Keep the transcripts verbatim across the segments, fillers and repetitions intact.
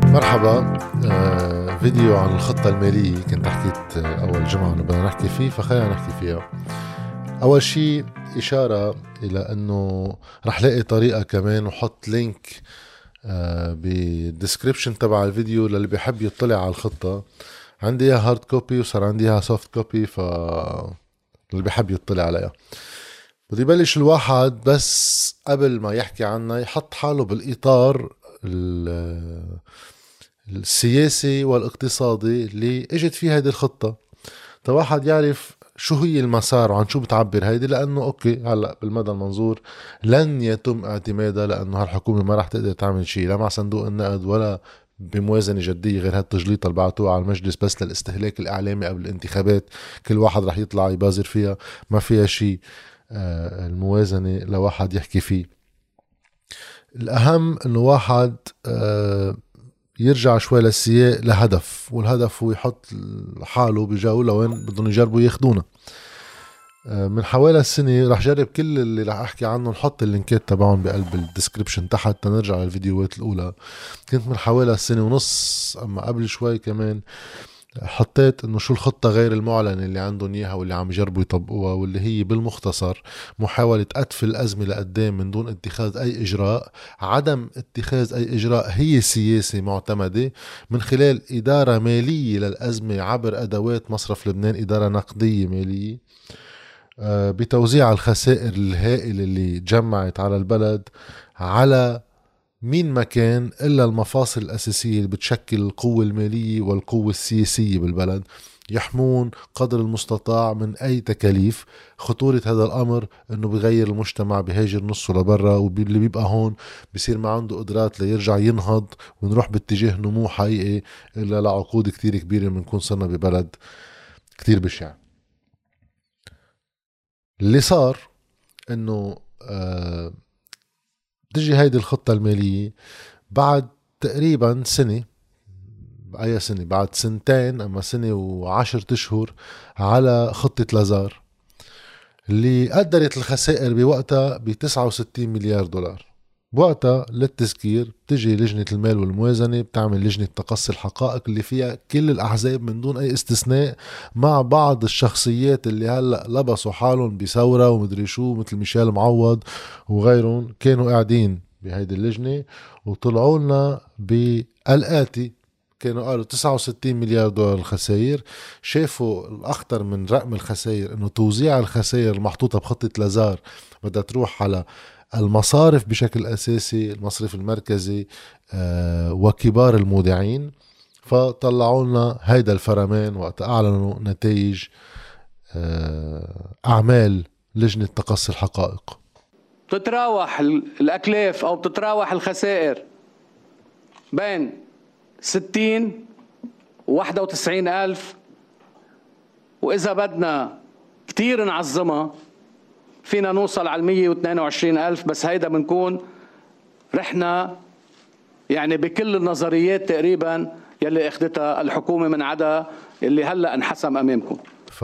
مرحبا. آه فيديو عن الخطة المالية كنت حكيت آه أول جمعة أنه بدنا نحكي فيه، فخلينا نحكي فيها. أول شيء إشارة إلى أنه رح لاقي طريقة كمان وحط لينك آه بالديسكريبشن تبع الفيديو للي بيحب يطلع على الخطة. عندي اياها هارد كوبي وصار عندي اياها سوفت كوبي، ف اللي بيحب يطلع عليها. بده يبلش الواحد بس قبل ما يحكي عنها يحط حاله بالإطار السياسي والاقتصادي اللي اجت فيه هيدي الخطة، تا واحد يعرف شو هي المسار وعن شو بتعبر هيدي. لأنه أوكي هلأ بالمدى المنظور لن يتم اعتمادها، لأنه هالحكومة ما رح تقدر تعمل شيء لا مع صندوق النقد ولا بموازنة جدية غير هالتجليطة اللي بعتوها على المجلس بس للاستهلاك الإعلامي قبل الانتخابات. كل واحد رح يطلع يبازر فيها، ما فيها شيء آه الموازنة لواحد يحكي فيه. الأهم أنه واحد آه يرجع شوي للسياق لهدف، والهدف هو يحط حاله بجو لوين بدهم يجربوا ياخدونا. من حوالي السنة رح جرب كل اللي رح احكي عنه، نحط اللينكات تبعهم بقلب الديسكريبشن تحت تنرجع للفيديوهات الاولى. كنت من حوالي السنة ونص اما قبل شوي كمان حطيت انه شو الخطة غير المعلنة اللي عندهم اياها واللي عم يجربوا يطبقوها، واللي هي بالمختصر محاولة أدف الأزمة لقدام من دون اتخاذ أي إجراء. عدم اتخاذ أي إجراء هي سياسة معتمدة من خلال إدارة مالية للأزمة عبر أدوات مصرف لبنان، إدارة نقدية مالية، بتوزيع الخسائر الهائلة اللي جمعت على البلد على مين ما كان إلا المفاصل الأساسية اللي بتشكل القوة المالية والقوة السياسية بالبلد، يحمون قدر المستطاع من أي تكاليف. خطورة هذا الأمر أنه بيغير المجتمع، بيهاجر نصه لبرا، واللي بيبقى هون بيصير ما عنده قدرات ليرجع ينهض ونروح باتجاه نمو حقيقي إلا لعقود كتير كبيرة بنكون صرنا ببلد كتير بشع. اللي صار أنه آه تجي هيدي الخطة المالية بعد تقريبا سنة، أي سنة بعد سنتين أما سنة وعشرة أشهر على خطة لازار اللي قدرت الخسائر بوقتها بتسعة وستين مليار دولار. بوقتها للتذكير بتجي لجنة المال والموازنة بتعمل لجنة تقصي الحقائق اللي فيها كل الأحزاب من دون أي استثناء، مع بعض الشخصيات اللي هلأ لبسوا حالهم بثورة ومدري شو مثل ميشيل معوض وغيرهم، كانوا قاعدين بهيدي اللجنة وطلعوا لنا بالآتي. كانوا قالوا تسعة وستين مليار دولار الخسائر. شافوا الأخطر من رقم الخسائر أنه توزيع الخسائر المحطوطة بخطة لازار بدها تروح على المصارف بشكل أساسي، المصرف المركزي آه وكبار المودعين. فطلعوا لنا هيدا الفرمان وقت أعلنوا نتائج آه أعمال لجنة تقصي الحقائق. تتراوح الأكلاف أو تتراوح الخسائر بين ستين وواحدة وتسعين ألف، وإذا بدنا كتير نعظمها فينا نوصل على المية واثنين وعشرين ألف. بس هيدا بنكون رحنا يعني بكل النظريات تقريبا يلي اخدتها الحكومة من عدا اللي هلأ انحسم أمامكم.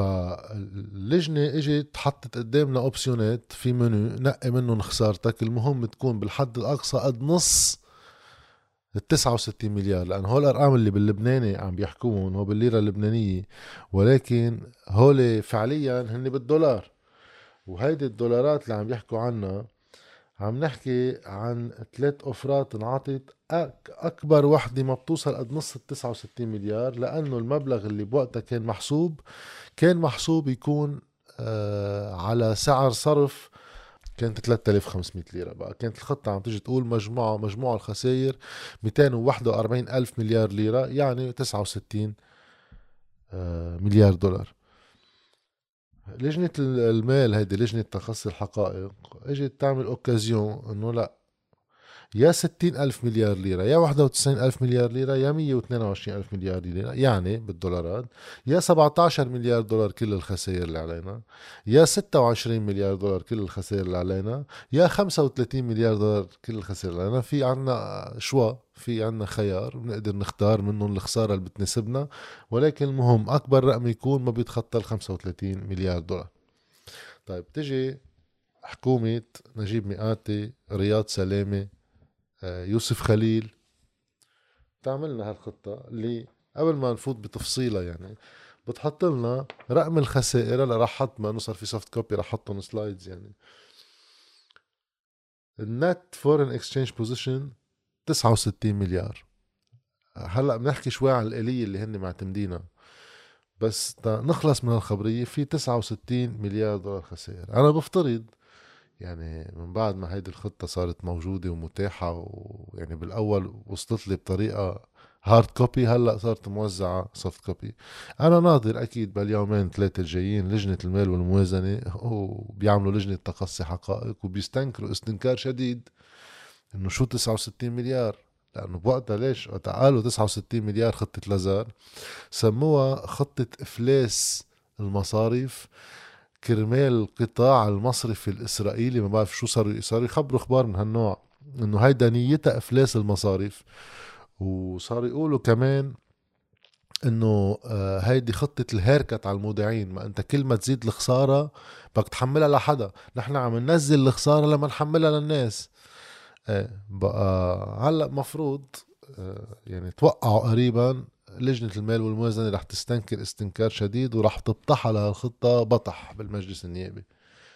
فاللجنة اجت حطت قدامنا اوبسيونات في منو نقي منهم خسارتك، المهم تكون بالحد الأقصى قد نص التسعة وستين مليار. لأن هول الأرقام اللي باللبناني عم بيحكوهم هو بالليرة اللبنانية، ولكن هول فعليا هن بالدولار. وهيدي الدولارات اللي عم يحكوا عنها عم نحكي عن ثلاث أفراد انعطت أك أكبر وحدة ما بتوصل قد نص التسعة وستين مليار. لأنه المبلغ اللي بوقتها كان محسوب كان محسوب يكون آه على سعر صرف كانت ثلاثة آلاف وخمسمية ليرة. بقى كانت الخطة عم تجي تقول مجموعة مجموع الخسائر مئتين وواحد وأربعين ألف مليار ليرة، يعني تسعة وستين آه مليار دولار. لجنة المال هيدي لجنة تقصي الحقائق اجت تعمل اوكازيون انه لا، يا ستين ألف مليار ليرة، يا واحد وتسعين ألف مليار ليرة، يا مية واثنين وعشرين ألف مليار ليرة يعني بالدولارات، يا سبعة عشر مليار دولار كل الخسائر اللي علينا، يا ستة وعشرين مليار دولار كل الخسائر اللي علينا، يا خمسة وثلاثين مليار دولار كل الخسائر اللي علينا. في عنا شوى، في عنا خيار بنقدر نختار منهم الخسارة اللي بتناسبنا، ولكن المهم أكبر رقم يكون ما بيتخطى ال خمسة وثلاثين مليار دولار. طيب تجي حكومة نجيب مئاتي، رياض سلامة، يوسف خليل، تعملنا هالخطة اللي قبل ما نفوت بتفصيلها يعني بتحط لنا رقم الخسائر. هلا راح حط ما انه صار في سوفت كوبي راح حطهم سلايدز يعني. النت فورين اكسشينج بوزيشن تسعة وستين مليار. هلا بنحكي شوي عن الآلية اللي هن معتمدينها، بس نخلص من الخبرية في تسعة وستين مليار دولار خسائر. أنا بفترض يعني من بعد ما هيدي الخطة صارت موجودة ومتاحة، ويعني بالأول وصلت لي بطريقة هارد كوبي، هلأ صارت موزعة سوفت كوبي. أنا ناظر أكيد باليومين ثلاثة الجايين لجنة المال والموازنة وبيعملوا لجنة تقصي حقائق وبيستنكروا استنكار شديد إنه شو تسعة وستين مليار. لأنه بوقتها ليش وقتها قالوا تسعة وستين مليار خطة لازار سموها خطة إفلاس المصارف كرمال القطاع المصرفي الإسرائيلي. ما بعرف شو صاروا صاروا يخبروا أخبار من هالنوع إنه هيدا نيتها إفلاس المصارف. وصاروا يقولوا كمان إنه آه هيدي خطة الهيركت على المودعين. ما أنت كل ما تزيد الخسارة بدك تحملها لحدا، نحن عم ننزل الخسارة لما نحملها للناس. آه بقى هلأ مفروض آه يعني توقعوا قريبا لجنة المال والموازنة رح تستنكر استنكار شديد ورح تبطح على الخطة بطح بالمجلس النيابي.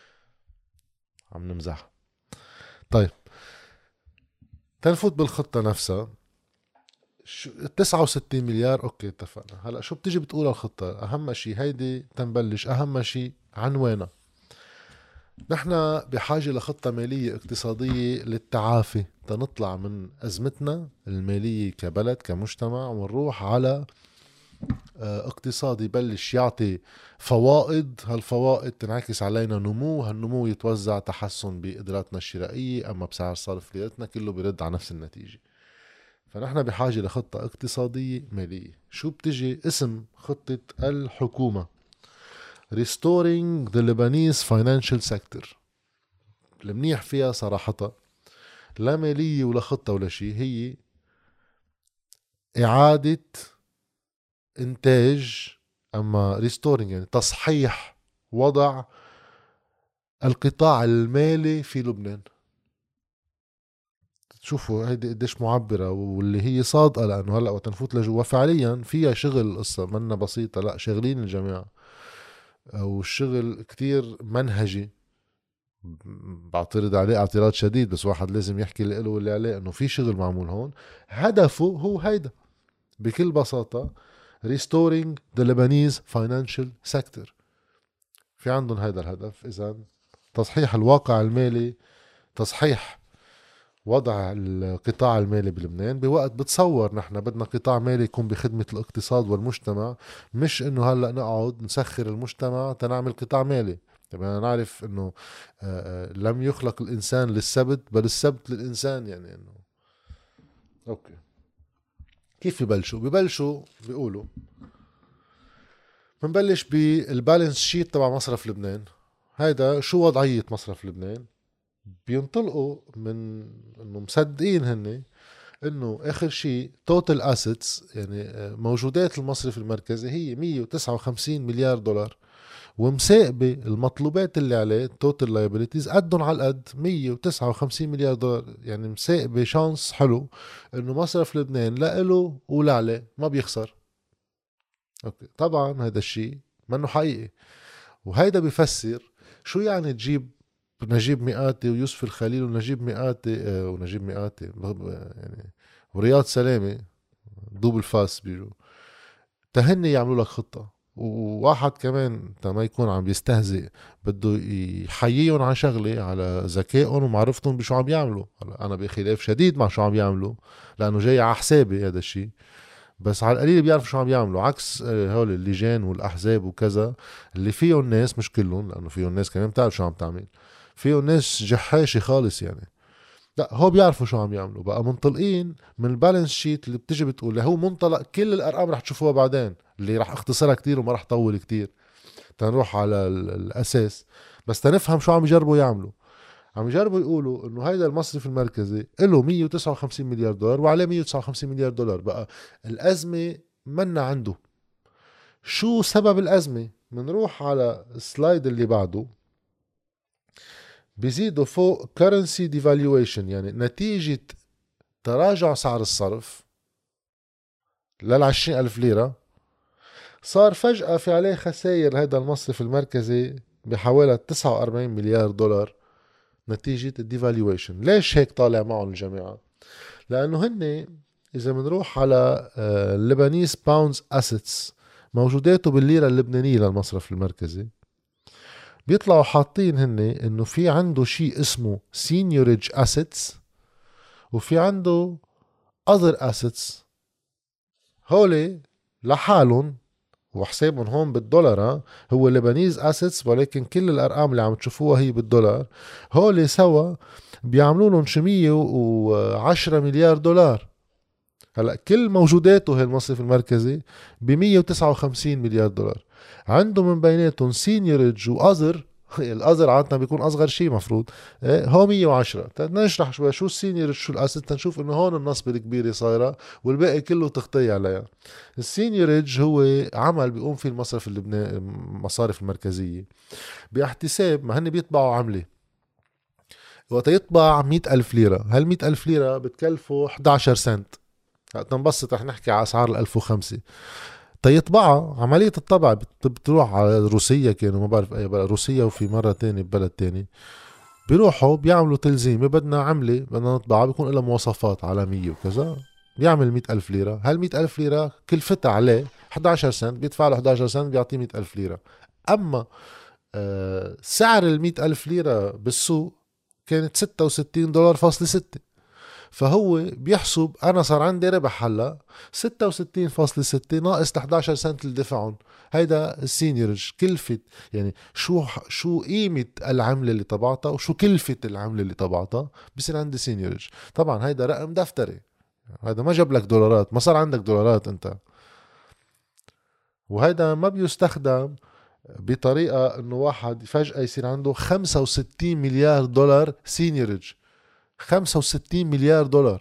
عم نمزح. طيب تنفوت بالخطة نفسها. شو تسعة وستين مليار اوكي اتفقنا. هلا شو بتيجي بتقول الخطة؟ اهم شيء هيدي تنبلش، اهم شيء عنوانها. نحن بحاجة لخطة مالية اقتصادية للتعافي تنطلع من أزمتنا المالية كبلد كمجتمع ونروح على اقتصادي يبلش يعطي فوائد. هالفوائد تنعكس علينا نمو، هالنمو يتوزع تحسن بقدراتنا الشرائية أما بسعر صرف ليرتنا، كله بيرد على نفس النتيجة. فنحن بحاجة لخطة اقتصادية مالية. شو بتجي اسم خطة الحكومة؟ Restoring the Lebanese Financial Sector. المنيح فيها صراحة لا مالية ولا خطة ولا شيء، هي إعادة إنتاج أما ريستورينج يعني تصحيح وضع القطاع المالي في لبنان. تشوفوا هيدي قديش معبرة واللي هي صادقة، لأنه هلأ وقت نفوت لجوا فعليا فيها شغل. القصة منا بسيطة، لا شغلين الجماعة والشغل كتير منهجي. بعترض عليه اعتراض شديد، بس واحد لازم يحكي اللي له واللي عليه انه في شغل معمول هون. هدفه هو هيدا بكل بساطة restoring the Lebanese financial sector. في عندهم هيدا الهدف. إذا تصحيح الواقع المالي، تصحيح وضع القطاع المالي بلبنان بوقت بتصور نحن بدنا قطاع مالي يكون بخدمة الاقتصاد والمجتمع، مش انه هلأ نقعد نسخر المجتمع تنعمل قطاع مالي. طبعا نعرف انه لم يخلق الانسان للسبت بل السبت للانسان. يعني انه اوكي كيف ببلشوا؟ ببلشوا بيقولوا بنبلش بالبالانس شيت تبع مصرف لبنان. هيدا شو وضعية مصرف لبنان؟ بينطلقوا من انه مصدقين هن انه اخر شيء توتال اسيتس يعني موجودات المصرف المركزي هي مية وتسعة وخمسين مليار دولار، ومساقبة المطلوبات اللي عليه توتال لايبيليتيز قدهم على القد مية وتسعة وخمسين مليار دولار. يعني مساقبة شانس حلو انه مصرف لبنان لا له ولا عليه ما بيخسر. اوكي طبعا هذا الشيء منه حقيقي، وهيدا بيفسر شو يعني تجيب نجيب مئاتي ويوسف الخليل ونجيب مئاتي آه ونجيب مئاتي يعني ورياض سلامة دوب الفاس بيجوا تهني يعملوا لك خطة. وواحد كمان ما يكون عم بيستهزئ بده يحييهم على شغلة على ذكائهم ومعرفتهم بشو عم يعملوا. أنا بخلاف شديد مع شو عم يعملوا لأنه جاي على حسابي هذا الشيء، بس على القليل بيعرفوا شو عم يعملوا عكس هول اللجان والأحزاب وكذا اللي فيهم ناس مش كلهم لأنه فيهم ناس كمان بتعرف شو عم تعمل، فيهم ناس جحاشة خالص يعني. لا هو بيعرفوا شو عم يعملوا. بقى منطلقين من البالانس شيت اللي بتجي بتقول اللي هو منطلق كل الأرقام رح تشوفوها بعدين اللي رح اختصرها كتير وما رح طول كتير تنروح على الأساس، بس تنفهم شو عم يجربوا يعملوا. عم يجربوا يقولوا انه هيدا المصرف المركزي له مية وتسعة وخمسين مليار دولار وعليه مية وتسعة وخمسين مليار دولار. بقى الأزمة منا عنده. شو سبب الأزمة؟ منروح على السلايد اللي بعده. بيزيدوا فوق currency devaluation يعني نتيجة تراجع سعر الصرف للعشرين ألف ليرة، صار فجأة في عليه خسائر هذا المصرف المركزي بحوالي تسعة وأربعين مليار دولار نتيجة الديفالويشن. ليش هيك طالع معهم الجماعة؟ لأنه هن إذا منروح على اللبنانيز باوندز أسيتس موجوداته بالليرة اللبنانية للمصرف المركزي، بيطلعوا حاطين هن إنه في عنده شيء اسمه سينيوريج أسيتس وفي عنده other assets، هولي لحالهم وحسابهم هون بالدولار هو لبنانيز اسيتس، ولكن كل الارقام اللي عم تشوفوها هي بالدولار. هولي سوا بيعملوا لهم مية وعشرة مليار دولار. هلا كل موجوداته هالمصرف المركزي ب مية وتسعة وخمسين مليار دولار. عنده من بيناتهم سينيورج وأزر، الأزر عادة بيكون أصغر شيء مفروض هو مية وعشرة. نشرح شوي شو السينيورج شو الأسيت تنشوف إنه هون النصب الكبيرة صايرة والباقي كله تغطية عليها. السينيورج هو عمل بيقوم فيه المصرف اللبناني المصارف المركزية باحتساب ما هن بيطبعوا عملة. وقت يطبع مئة ألف ليرة، هالمئة ألف ليرة بتكلفه إحدى عشر سنت. تنبسط رح نحكي على أسعار الألف وخمسة. تيطبعها عملية الطبع بتروح على روسيا، كانوا ما بعرف أي بلد، روسيا وفي مرة تاني ببلد تاني بيروحوا بيعملوا تلزيمة بدنا عملة بدنا نطبعها بيكون لها مواصفات عالمية وكذا، بيعمل مئة ألف ليرة. هالمئة ألف ليرة كلفتها عليه إحدى عشر سنت، بيدفع له إحدى عشر سنت بيعطيه مئة ألف ليرة. أما آه سعر المئة ألف ليرة بالسوق كانت ستة وستين دولار فاصلة ستة، فهو بيحسب أنا صار عندي ربح هلا ستة وستين فاصلة ستة ناقص إحدى عشر سنت اللي دفعهم. هيدا السينيورج كلفت، يعني شو شو قيمة العملة اللي طبعتها وشو كلفة العملة اللي طبعتها بصير عندي سينيورج. طبعا هيدا رقم دفتري، هيدا ما جاب لك دولارات، ما صار عندك دولارات انت. وهيدا ما بيستخدم بطريقة انه واحد فجأة يصير عنده خمسة وستين مليار دولار سينيورج. خمسة وستين مليار دولار.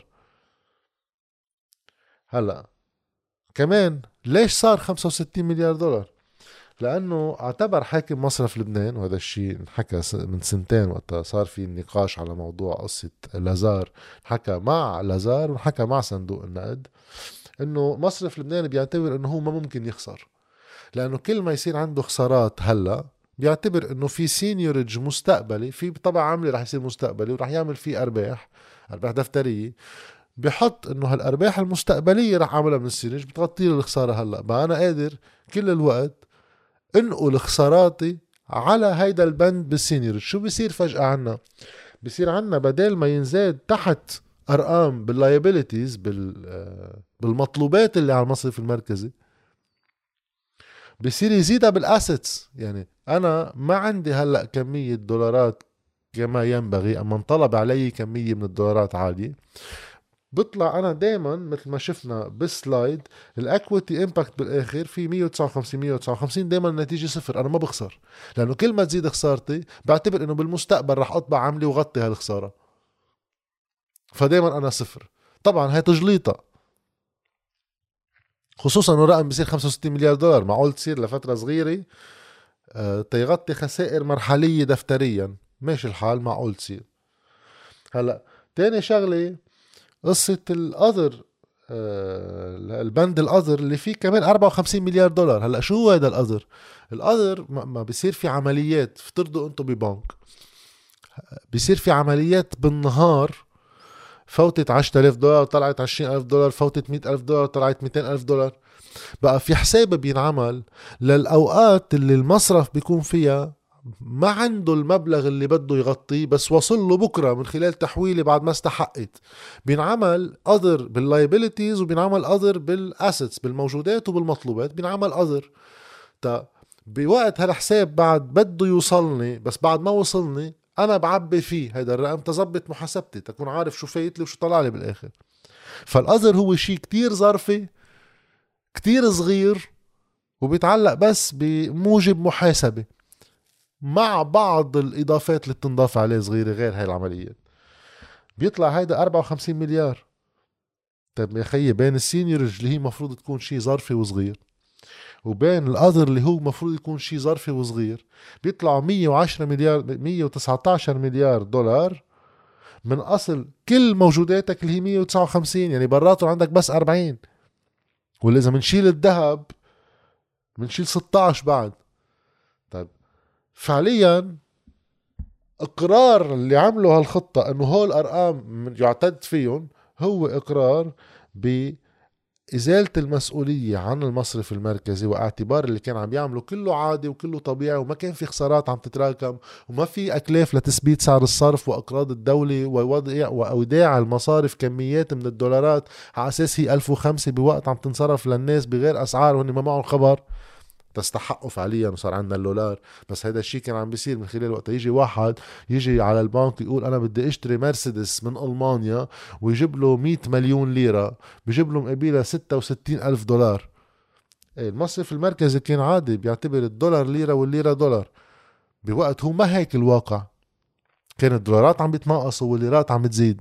هلا كمان ليش صار خمسة وستين مليار دولار؟ لأنه اعتبر حاكم مصرف لبنان، وهذا الشيء انحكى من سنتين وقتها صار في نقاش على موضوع قصة لازار، حكى مع لازار وحكى مع صندوق النقد، انه مصرف لبنان بيعتبر انه هو ما ممكن يخسر، لأنه كل ما يصير عنده خسارات هلأ بيعتبر انه في سينيورج مستقبلي، في طبع عملي رح يصير مستقبلي ورح يعمل فيه ارباح ارباح دفتريه، بحط انه هالارباح المستقبليه رح اعملها من السينيورج بتغطي لي الخساره هلا. بقى انا قادر كل الوقت انقل خساراتي على هيدا البند بالسينيورج. شو بيصير فجاه عنا؟ بيصير عنا بدل ما ينزاد تحت ارقام باللايبيليتيز بالمطلوبات اللي على المصرف المركزي، بصير يزيدها بالاسيتس. يعني انا ما عندي هلا كمية دولارات كما ينبغي، اما انطلب علي كمية من الدولارات عالية، بطلع انا دايما مثل ما شفنا بالسلايد الاكويتي امباكت بالاخر في مية وتسعة وخمسين مية وتسعة وخمسين، دايما النتيجة صفر، انا ما بخسر، لانه كل ما تزيد خسارتي بعتبر انه بالمستقبل رح اطبع عملي وغطي هالخسارة، فدايما انا صفر. طبعا هاي تجليطة، خصوصا انه رقم بيصير خمسة وستين مليار دولار، معقول تصير لفترة صغيرة أه تيغطي خسائر مرحلية دفتريا، ماشي الحال معقول تصير. هلا تاني شغلة قصة الأذر، أه البند الأذر اللي فيه كمان أربعة وخمسين مليار دولار. هلا شو هو هذا الأذر؟ الأذر ما بيصير في عمليات، افترضوا انتو ببنك بيصير في عمليات بالنهار، فوتت عشرة آلاف دولار طلعت عشرين ألف دولار، فوتت مئة ألف دولار طلعت مئتين ألف دولار. بقى في حساب بينعمل للأوقات اللي المصرف بيكون فيها ما عنده المبلغ اللي بده يغطيه، بس وصل له بكرة من خلال تحويلة بعد ما استحقت، بينعمل أذر باللايبيليتيز وبينعمل أذر بالأسيتس بالموجودات وبالمطلوبات، بينعمل أذر. تا بوقت هالحساب بعد بده يوصلني، بس بعد ما وصلني أنا بعبي فيه هيدا الرقم تزبط محاسبتي تكون عارف شو فايت لي وشو طلع لي بالآخر. فالأذر هو شيء كتير ظرفي كتير صغير وبيتعلق بس بموجب محاسبة مع بعض الإضافات اللي بتنضاف عليه صغيرة غير هاي العمليات. بيطلع هيدا أربعة وخمسين مليار. طيب يا خيي بين السينيورج اللي هي مفروض تكون شيء ظرفي وصغير وبين الأذر اللي هو مفروض يكون شيء ظرفي وصغير بيطلعوا مية وعشرة مليار مية وتسعة عشر مليار دولار من أصل كل موجوداتك اللي هي مية وتسعة وخمسين، يعني براتهم عندك بس أربعين. ولا إذا منشيل الذهب منشيل ستة عشر بعد. طيب فعليا اقرار اللي عملوا هالخطة انه هول الارقام يعتد فيهم هو اقرار بإزالة المسؤولية عن المصرف المركزي، واعتبار اللي كان عم يعمله كله عادي وكله طبيعي، وما كان في خسارات عم تتراكم، وما في اكلاف لتثبيت سعر الصرف واقراض الدولة ووضع واوداع المصارف كميات من الدولارات على اساس هي ألف وخمسة بوقت عم تنصرف للناس بغير اسعار وهن ما معهم خبر تستحقوا فعليا وصار عندنا اللولار. بس هذا الشيء كان عم بيصير من خلال وقت يجي واحد يجي على البنك يقول انا بدي اشتري مرسيدس من المانيا ويجيب له مية مليون ليرة، بيجيب له مقابلها ستة وستين الف دولار. ايه المصرف المركزي كان عادي بيعتبر الدولار ليرة والليرة دولار، بوقت هو ما هيك الواقع، كان الدولارات عم بيتناقصوا والليرات عم بتزيد.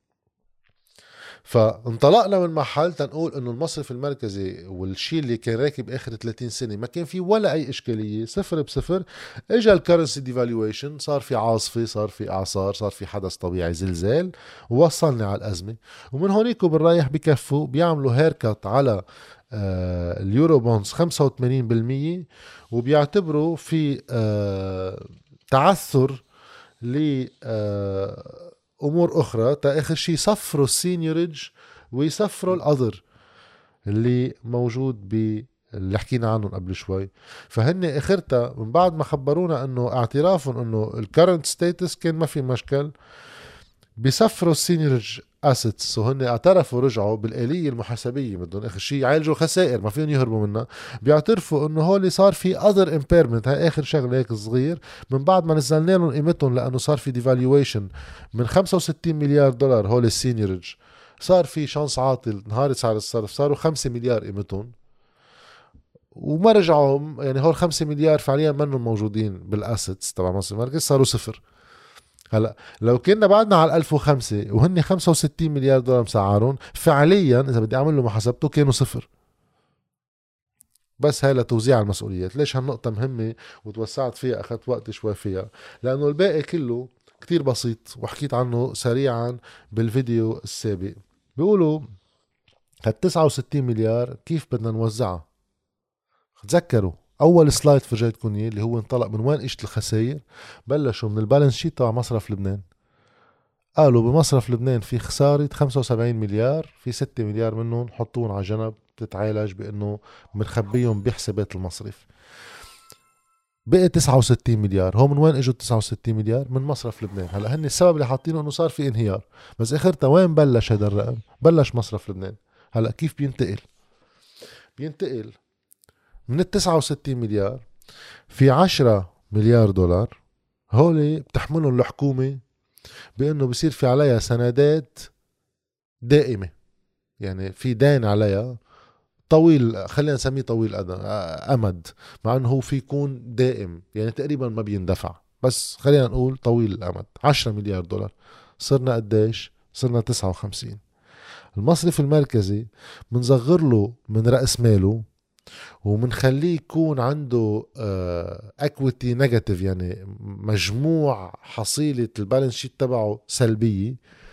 فانطلقنا من محل تنقول انه المصرف المركزي والشيء اللي كان راكب اخر ثلاثين سنة ما كان فيه ولا اي اشكالية، صفر بصفر. اجا الكرنسي ديفالويشن، صار في عاصفة، صار في اعصار، صار في حدث طبيعي زلزال ووصلنا على الازمة. ومن هونيك وبالرايح بكفوا بيعملوا هيركت على آه اليورو بونز خمسة وثمانين بالمية، وبيعتبروا في آه تعثر ل آه امور اخرى. تا اخر شيء صفروا السينيورج ويصفروا الاذر اللي موجود ب اللي حكينا عنهم قبل شوي. فهن اخرتها من بعد ما خبرونا انه اعترافهم انه الكرنت ستاتس كان ما في مشكل، بيصفروا السينيورج اسيتس، وهن اعترفوا رجعوا بالآلية المحاسبية بدهم اخر شيء يعالجوا خسائر ما فيهم يهربوا منها، بيعترفوا انه هول صار في اذر امبيرمنت. هاي اخر شغله هيك صغير من بعد ما نزلنا لهم قيمتهم، لانه صار في ديفالويشن من خمسة وستين مليار دولار هول السينيورج، صار في شانس عاطل نهار سعر الصرف صاروا خمسة مليار قيمتهم، وما رجعوا. يعني هول خمسة مليار فعليا منهم موجودين بالاسيتس تبع مصر المركز، صاروا صفر. هلا لو كنا بعدنا على ألف وخمسة وهن خمسة وستين مليار دولار مسعرون، فعليا اذا بدي اعمل له محاسبته كانوا صفر. بس هاي لتوزيع المسؤوليات. ليش هالنقطة مهمة وتوسعت فيها اخذت وقت شوي فيها؟ لانه الباقي كله كتير بسيط وحكيت عنه سريعا بالفيديو السابق. بيقولوا هال تسعة وستين مليار كيف بدنا نوزعها. تذكروا اول سلايد فرجيتكم اياه اللي هو انطلق من وين اجت الخسائر، بلشوا من البالانس شيت تبع مصرف لبنان. قالوا بمصرف لبنان في خسارة خمسة وسبعين مليار، في ستة مليار منهم حطوهم على جنب تتعالج بانه منخبيهم بحسابات المصرف. بقي تسعة وستين مليار. هو من وين اجوا تسعة وستين مليار؟ من مصرف لبنان. هلا هن السبب اللي حاطينه انه صار في انهيار، بس اخرتها وين بلش هذا الرقم؟ بلش مصرف لبنان. هلا كيف بينتقل؟ بينتقل من ال تسعة وستين مليار في عشرة مليار دولار هولي بتحملهم الحكومة بأنه بصير في عليها سندات دائمة، يعني في دين عليها طويل، خلينا نسميه طويل أمد، مع أنه هو في يكون دائم يعني تقريبا ما بيندفع، بس خلينا نقول طويل الأمد. عشرة مليار دولار. صرنا قديش؟ صرنا تسعة وخمسين. المصرف المركزي منصغر له من رأس ماله ومنخليه يكون عنده اكويتي نيجاتيف، يعني مجموع حصيلة البالانس شيت تبعه سلبية،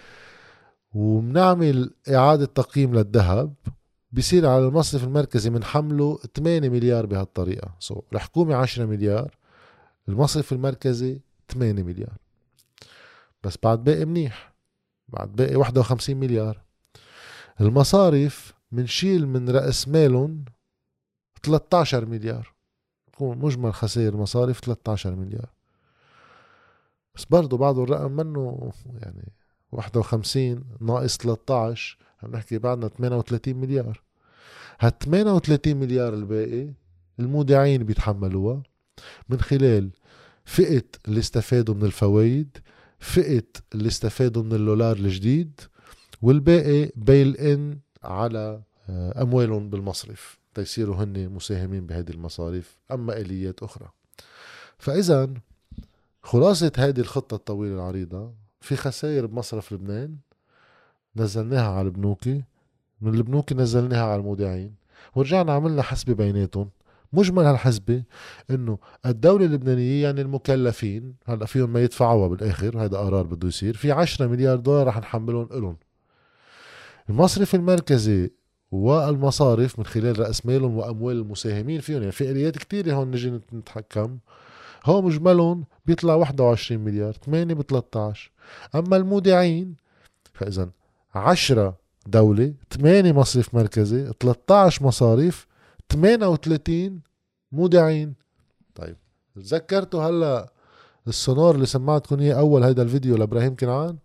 وبنعمل إعادة تقييم للذهب. بيصير على المصرف المركزي من حمله ثمانية مليار بهالطريقة. سو الحكومة عشرة مليار، المصرف المركزي ثمانية مليار، بس بعد باقي منيح، بعد باقي واحد وخمسين مليار. المصارف منشيل من رأس مالهم ثلاثة عشر مليار، تكون مجمل خسائر مصارف ثلاثة عشر مليار. بس برضو بعض الرقم منه، يعني واحد وخمسين ناقص ثلاثة عشر عم نحكي بعدنا ثمانية وثلاثين مليار. هال ثمانية وثلاثين مليار الباقي المودعين بيتحملوها من خلال فئة اللي استفادوا من الفوائد، فئة اللي استفادوا من اللولار الجديد، والباقي بيل ان على أموالهم بالمصرف تيصيروا هن مساهمين بهذه المصارف، أما آليات أخرى. فإذا خلاصة هذه الخطة الطويلة العريضة، في خسائر بمصرف لبنان نزلناها على البنوكي، من البنوكي نزلناها على المودعين، ورجعنا عملنا حسبة بيناتهم. مجمل هالحسبة انه الدولة اللبنانية يعني المكلفين هلا فيهم ما يدفعوها بالاخر، هذا قرار بده يصير، في عشرة مليار دولار رح نحملهم إلهم. المصرف المركزي والمصارف من خلال رأس مالهم وأموال المساهمين فيهم. يعني في آليات كتيرة هون نجي نتحكم. هو مجملهم بيطلع واحد وعشرين مليار، ثمانية ب ثلاثة عشر. أما المودعين فإذا عشرة دولة، ثمانية مصرف مركزي، ثلاثة عشر مصارف، ثمانية وثلاثين مودعين. طيب تذكرتوا هلا السونار اللي سمعتكم اياه اول هيدا الفيديو لابراهيم كنعان؟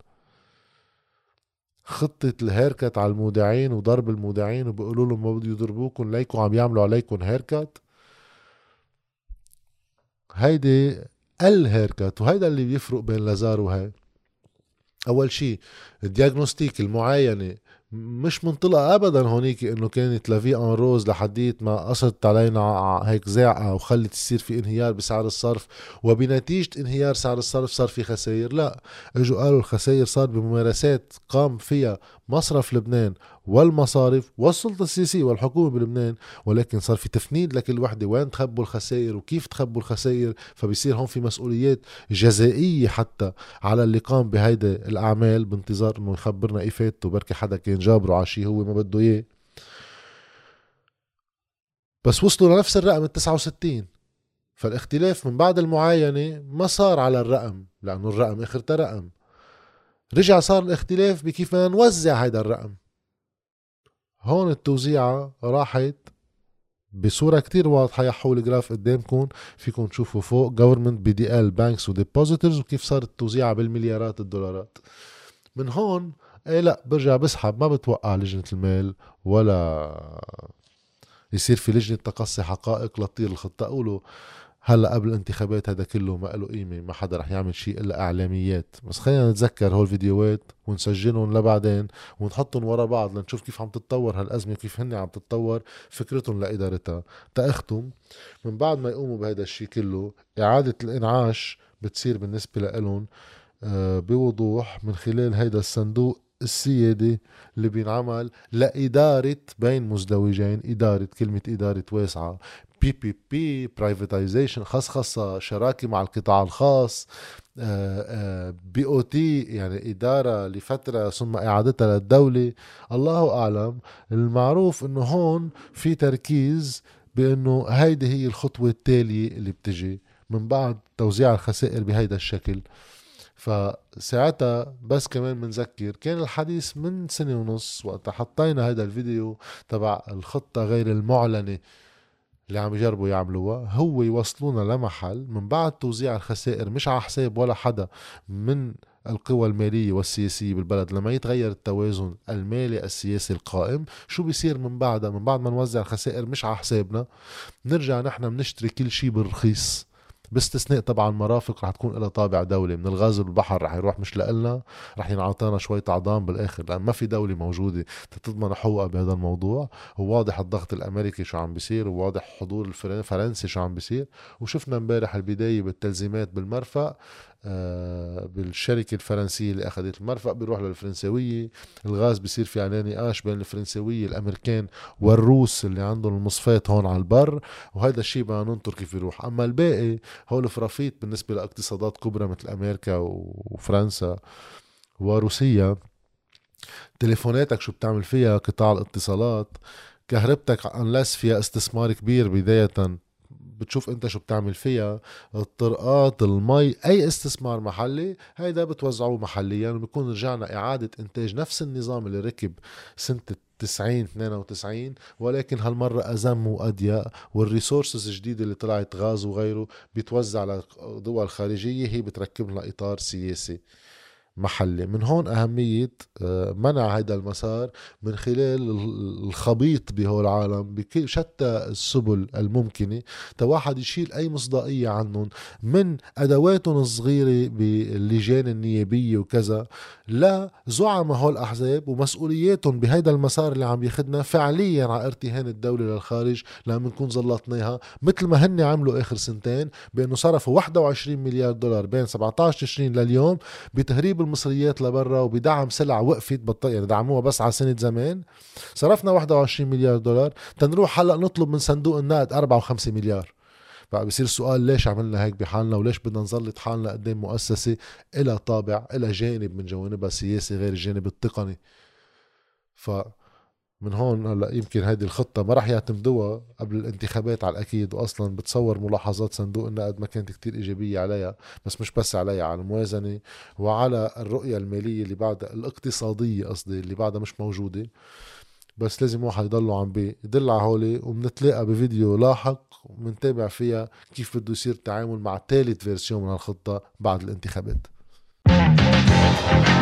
خطة الهيركت على المودعين وضرب المودعين وبيقولوا لهم ما بده يضربوكم ليكم عم يعملوا عليكم هيركت. هيدي الهيركت، وهيدا اللي بيفرق بين لازار وهي. اول شي الدياغنوستيك المعاينة مش منطلقة ابدا هونيك انه كانت لافي ان روز لحديت ما قصدت علينا هيك زاعة وخلت يصير في انهيار بسعر الصرف، وبنتيجة انهيار سعر الصرف صار في خسائر. لا، اجوا قالوا الخسائر صار بممارسات قام فيها مصرف لبنان والمصارف والسلطة السياسية والحكومة بلبنان، ولكن صار في تفنيد لكل وحدة وين تخبوا الخسائر وكيف تخبوا الخسائر. فبيصير هون في مسؤوليات جزائية حتى على اللي قام بهيدا الأعمال بانتظار انه يخبرنا ايه فاتوا، بركي حدا كان جابره عشي هو ما بده اياه. بس وصلوا لنفس الرقم التسعة وستين. فالاختلاف من بعد المعاينة ما صار على الرقم، لأنه الرقم اخرته رقم. رجع صار الاختلاف بكيف بدنا نوزع هيدا الرقم. هون التوزيعة راحت بصورة كتير واضحة. يحول الجراف قدامكم، فيكم تشوفوا فوق government بي دي ال banks و depositors وكيف صارت التوزيعة بالمليارات الدولارات. من هون ايه لا برجع بسحب، ما بتوقع لجنة المال ولا يصير في لجنة تقصي حقائق لتطير الخطة. أقولوا هلا قبل الانتخابات هذا كله ما له قيمة، ما حدا رح يعمل شيء إلا إعلاميات. بس خلينا نتذكر هول الفيديوهات ونسجلهم لبعدين ونحطهم ورا بعض لنشوف كيف عم تتطور هالأزمة وكيف هن عم تتطور فكرتهم لإدارتها. تأختم من بعد ما يقوموا بهذا الشيء كله، إعادة الإنعاش بتصير بالنسبة لهم بوضوح من خلال هيدا الصندوق السيادي اللي بينعمل لإدارة بين مزدوجين. إدارة، كلمة إدارة واسعة، بي بي بي برايفتايزيشن، خصخصة، شراكة مع القطاع الخاص، بي او تي يعني إدارة لفترة ثم إعادتها للدولة. الله أعلم. المعروف إنه هون في تركيز بأنه هيدي هي الخطوة التالية اللي بتجي من بعد توزيع الخسائر بهيدا الشكل. فساعتها بس كمان منذكر كان الحديث من سنة ونص وقت حطينا هذا الفيديو تبع الخطة غير المعلنة اللي عم يجربوا يعملوها، هو يوصلونا لمحل من بعد توزيع الخسائر مش على حساب ولا حدا من القوى المالية والسياسية بالبلد. لما يتغير التوازن المالي السياسي القائم، شو بيصير من بعدها؟ من بعد ما نوزع الخسائر مش على حسابنا، نرجع نحن بنشتري كل شيء بالرخيص، باستثناء طبعا مرافق رح تكون لها طابع دولي. من الغاز بالبحر رح يروح مش لنا، رح ينعطانا شوية عظام بالاخر، لان ما في دولة موجودة تضمن حقوقها بهذا الموضوع. وواضح الضغط الامريكي شو عم بيصير، وواضح حضور الفرنسي شو عم بيصير. وشفنا امبارح البداية بالتلزيمات بالمرفأ، آه بالشركة الفرنسية اللي أخذت المرفأ بيروح للفرنسوية. الغاز بيصير في عليه نقاش بين الفرنسوية الأمريكان والروس اللي عندهم المصفات هون على البر، وهذا الشيء بدنا ننطر كيف يروح. أما الباقي هول فرافيت بالنسبة لاقتصادات كبرى مثل أمريكا وفرنسا وروسيا. تليفوناتك شو بتعمل فيها، قطاع الاتصالات، كهربتك unless فيها استثمار كبير بداية بتشوف انت شو بتعمل فيها، الطرقات، المي، اي استثمار محلي هيدا بتوزعوه محليا. وبكون رجعنا اعادة انتاج نفس النظام اللي ركب سنة تسعين اثنين وتسعين، ولكن هالمرة أزم وأضيق، والريسورسز الجديدة اللي طلعت غاز وغيره بيتوزع لدول خارجية هي بتركب لها إطار سياسي محلي. من هون أهمية منع هذا المسار من خلال الخبيط بهول العالم بشتى السبل الممكنة، تواحد يشيل أي مصداقية عنهم من أدواتهم الصغيرة باللجان النيابية وكذا، لا زعماء هول الأحزاب ومسؤولياتهم بهيدا المسار اللي عم ياخدنا فعليا على ارتهان الدولة للخارج، لما نكون زلطناها مثل ما هن عملوا آخر سنتين بأنه صرفوا واحد وعشرين مليار دولار بين سبعة عشر تشرين لليوم بتهريب المصريات لبرا وبدعم سلع وقفت بط... يعني دعموها بس على سنة زمان. صرفنا واحد وعشرين مليار دولار، تنروح هلأ نطلب من صندوق النقد أربعة وخمسة مليار. بقى بصير السؤال ليش عملنا هيك بحالنا، وليش بدنا نظلت حالنا قدام مؤسسة إلى طابع إلى جانب من جوانبها السياسي غير الجانب التقني. ف من هون هلا يمكن هذه الخطة ما راح يعتمدوها قبل الانتخابات على الأكيد، وأصلا بتصور ملاحظات صندوق النقد ما كانت كتير إيجابية عليها، بس مش بس عليها، على الموازنة وعلى الرؤية المالية اللي بعدها، الاقتصادية قصدي، اللي بعدها مش موجودة. بس لازم واحد يضلوا عم بيدل على هولي، وبنتلاقى بفيديو لاحق ومنتابع فيها كيف بده يصير التعامل مع ثالث فيرسيون من الخطة بعد الانتخابات.